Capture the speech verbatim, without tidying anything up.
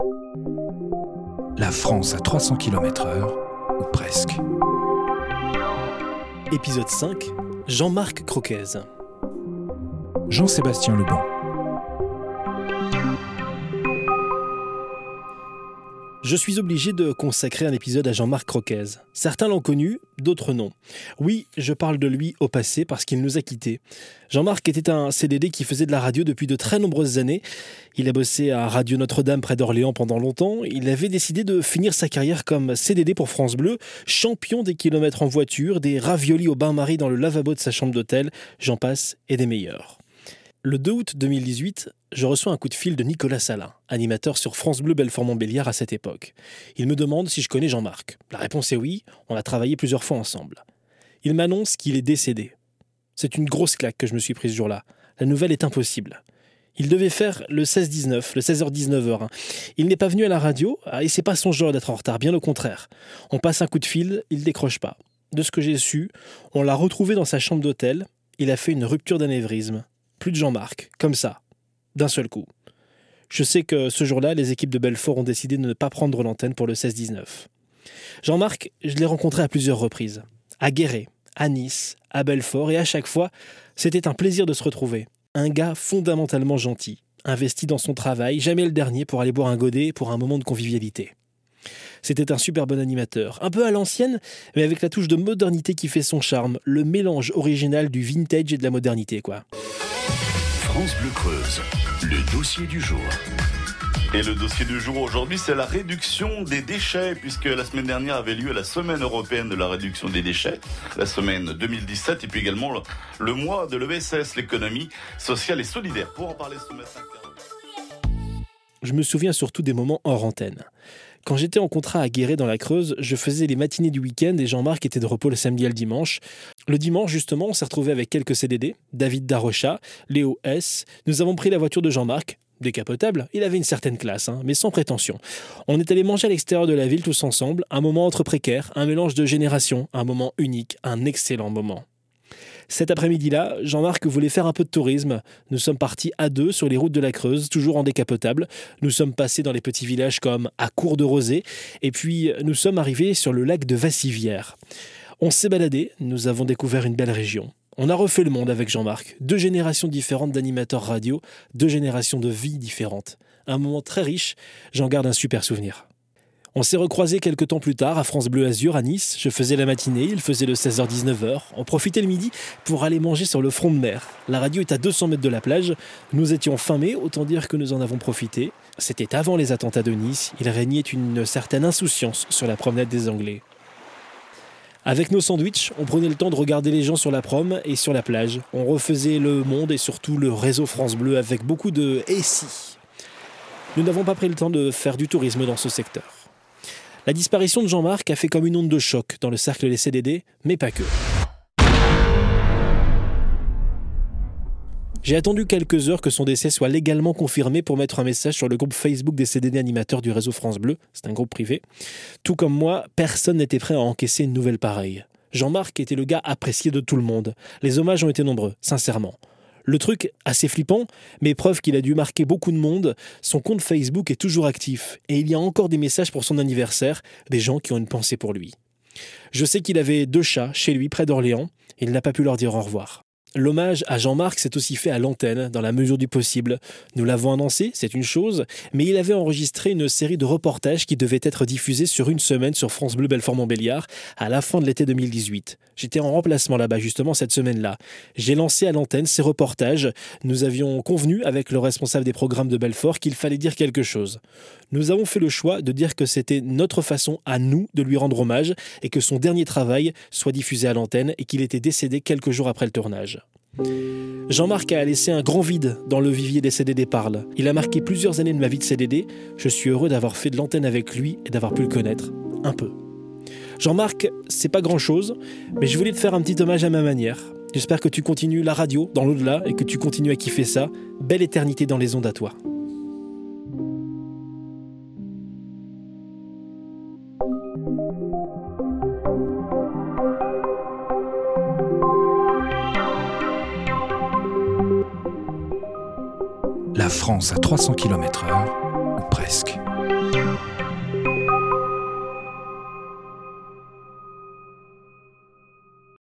La France à trois cents kilomètres heure, ou presque. Épisode cinq, Jean-Marc Croquez. Jean-Sébastien Lebon. Je suis obligé de consacrer un épisode à Jean-Marc Croquez. Certains l'ont connu, d'autres non. Oui, je parle de lui au passé parce qu'il nous a quittés. Jean-Marc était un C D D qui faisait de la radio depuis de très nombreuses années. Il a bossé à Radio Notre-Dame près d'Orléans pendant longtemps. Il avait décidé de finir sa carrière comme C D D pour France Bleu, champion des kilomètres en voiture, des raviolis au bain-marie dans le lavabo de sa chambre d'hôtel, j'en passe et des meilleurs. Le deux août deux mille dix-huit, je reçois un coup de fil de Nicolas Salin, animateur sur France Bleu Belfort-Montbéliard à cette époque. Il me demande si je connais Jean-Marc. La réponse est oui, on a travaillé plusieurs fois ensemble. Il m'annonce qu'il est décédé. C'est une grosse claque que je me suis prise ce jour-là. La nouvelle est impossible. Il devait faire le seize dix-neuf, le seize heures dix-neuf heures. Il n'est pas venu à la radio, et c'est pas son genre d'être en retard, bien au contraire. On passe un coup de fil, il décroche pas. De ce que j'ai su, on l'a retrouvé dans sa chambre d'hôtel, il a fait une rupture d'anévrisme. Plus de Jean-Marc, comme ça, d'un seul coup. Je sais que ce jour-là, les équipes de Belfort ont décidé de ne pas prendre l'antenne pour le seize dix-neuf. Jean-Marc, je l'ai rencontré à plusieurs reprises. À Guéret, à Nice, à Belfort, et à chaque fois, c'était un plaisir de se retrouver. Un gars fondamentalement gentil, investi dans son travail, jamais le dernier pour aller boire un godet pour un moment de convivialité. C'était un super bon animateur, un peu à l'ancienne, mais avec la touche de modernité qui fait son charme, le mélange original du vintage et de la modernité, quoi. France Bleu Creuse, le dossier du jour. Et le dossier du jour aujourd'hui, c'est la réduction des déchets, puisque la semaine dernière avait lieu la semaine européenne de la réduction des déchets, la semaine deux mille dix-sept, et puis également le, le mois de l'E S S, l'économie sociale et solidaire. Pour en parler ce matin... Je me souviens surtout des moments hors antenne. Quand j'étais en contrat à Guéret dans la Creuse, je faisais les matinées du week-end et Jean-Marc était de repos le samedi et le dimanche. Le dimanche, justement, on s'est retrouvés avec quelques C D D, David Darrocha, Léo S. Nous avons pris la voiture de Jean-Marc, décapotable, il avait une certaine classe, hein, mais sans prétention. On est allé manger à l'extérieur de la ville tous ensemble, un moment entre précaires, un mélange de générations, un moment unique, un excellent moment. Cet après-midi-là, Jean-Marc voulait faire un peu de tourisme. Nous sommes partis à deux sur les routes de la Creuse, toujours en décapotable. Nous sommes passés dans les petits villages comme à Cour-de-Rosée, et puis nous sommes arrivés sur le lac de Vassivière. On s'est baladé, nous avons découvert une belle région. On a refait le monde avec Jean-Marc. Deux générations différentes d'animateurs radio, deux générations de vies différentes. Un moment très riche, j'en garde un super souvenir. On s'est recroisés quelques temps plus tard à France Bleu Azur à Nice. Je faisais la matinée, il faisait le seize heures dix-neuf heures. On profitait le midi pour aller manger sur le front de mer. La radio est à deux cents mètres de la plage. Nous étions fin mai, autant dire que nous en avons profité. C'était avant les attentats de Nice. Il régnait une certaine insouciance sur la promenade des Anglais. Avec nos sandwichs, on prenait le temps de regarder les gens sur la prom et sur la plage. On refaisait le monde et surtout le réseau France Bleu avec beaucoup de « et si ». Nous n'avons pas pris le temps de faire du tourisme dans ce secteur. La disparition de Jean-Marc a fait comme une onde de choc dans le cercle des C D D, mais pas que. J'ai attendu quelques heures que son décès soit légalement confirmé pour mettre un message sur le groupe Facebook des C D D animateurs du réseau France Bleu, c'est un groupe privé. Tout comme moi, personne n'était prêt à encaisser une nouvelle pareille. Jean-Marc était le gars apprécié de tout le monde. Les hommages ont été nombreux, sincèrement. Le truc, assez flippant, mais preuve qu'il a dû marquer beaucoup de monde, son compte Facebook est toujours actif et il y a encore des messages pour son anniversaire, des gens qui ont une pensée pour lui. Je sais qu'il avait deux chats chez lui près d'Orléans, et il n'a pas pu leur dire au revoir. L'hommage à Jean-Marc s'est aussi fait à l'antenne, dans la mesure du possible. Nous l'avons annoncé, c'est une chose, mais il avait enregistré une série de reportages qui devaient être diffusés sur une semaine sur France Bleu Belfort-Montbéliard à la fin de l'été deux mille dix-huit. J'étais en remplacement là-bas justement cette semaine-là. J'ai lancé à l'antenne ces reportages. Nous avions convenu avec le responsable des programmes de Belfort qu'il fallait dire quelque chose. Nous avons fait le choix de dire que c'était notre façon à nous de lui rendre hommage et que son dernier travail soit diffusé à l'antenne et qu'il était décédé quelques jours après le tournage. Jean-Marc a laissé un grand vide dans le vivier des C D D Parle. Il a marqué plusieurs années de ma vie de C D D. Je suis heureux d'avoir fait de l'antenne avec lui et d'avoir pu le connaître. Un peu. Jean-Marc, c'est pas grand-chose, mais je voulais te faire un petit hommage à ma manière. J'espère que tu continues la radio dans l'au-delà et que tu continues à kiffer ça. Belle éternité dans les ondes à toi. La France à trois cents kilomètres heure,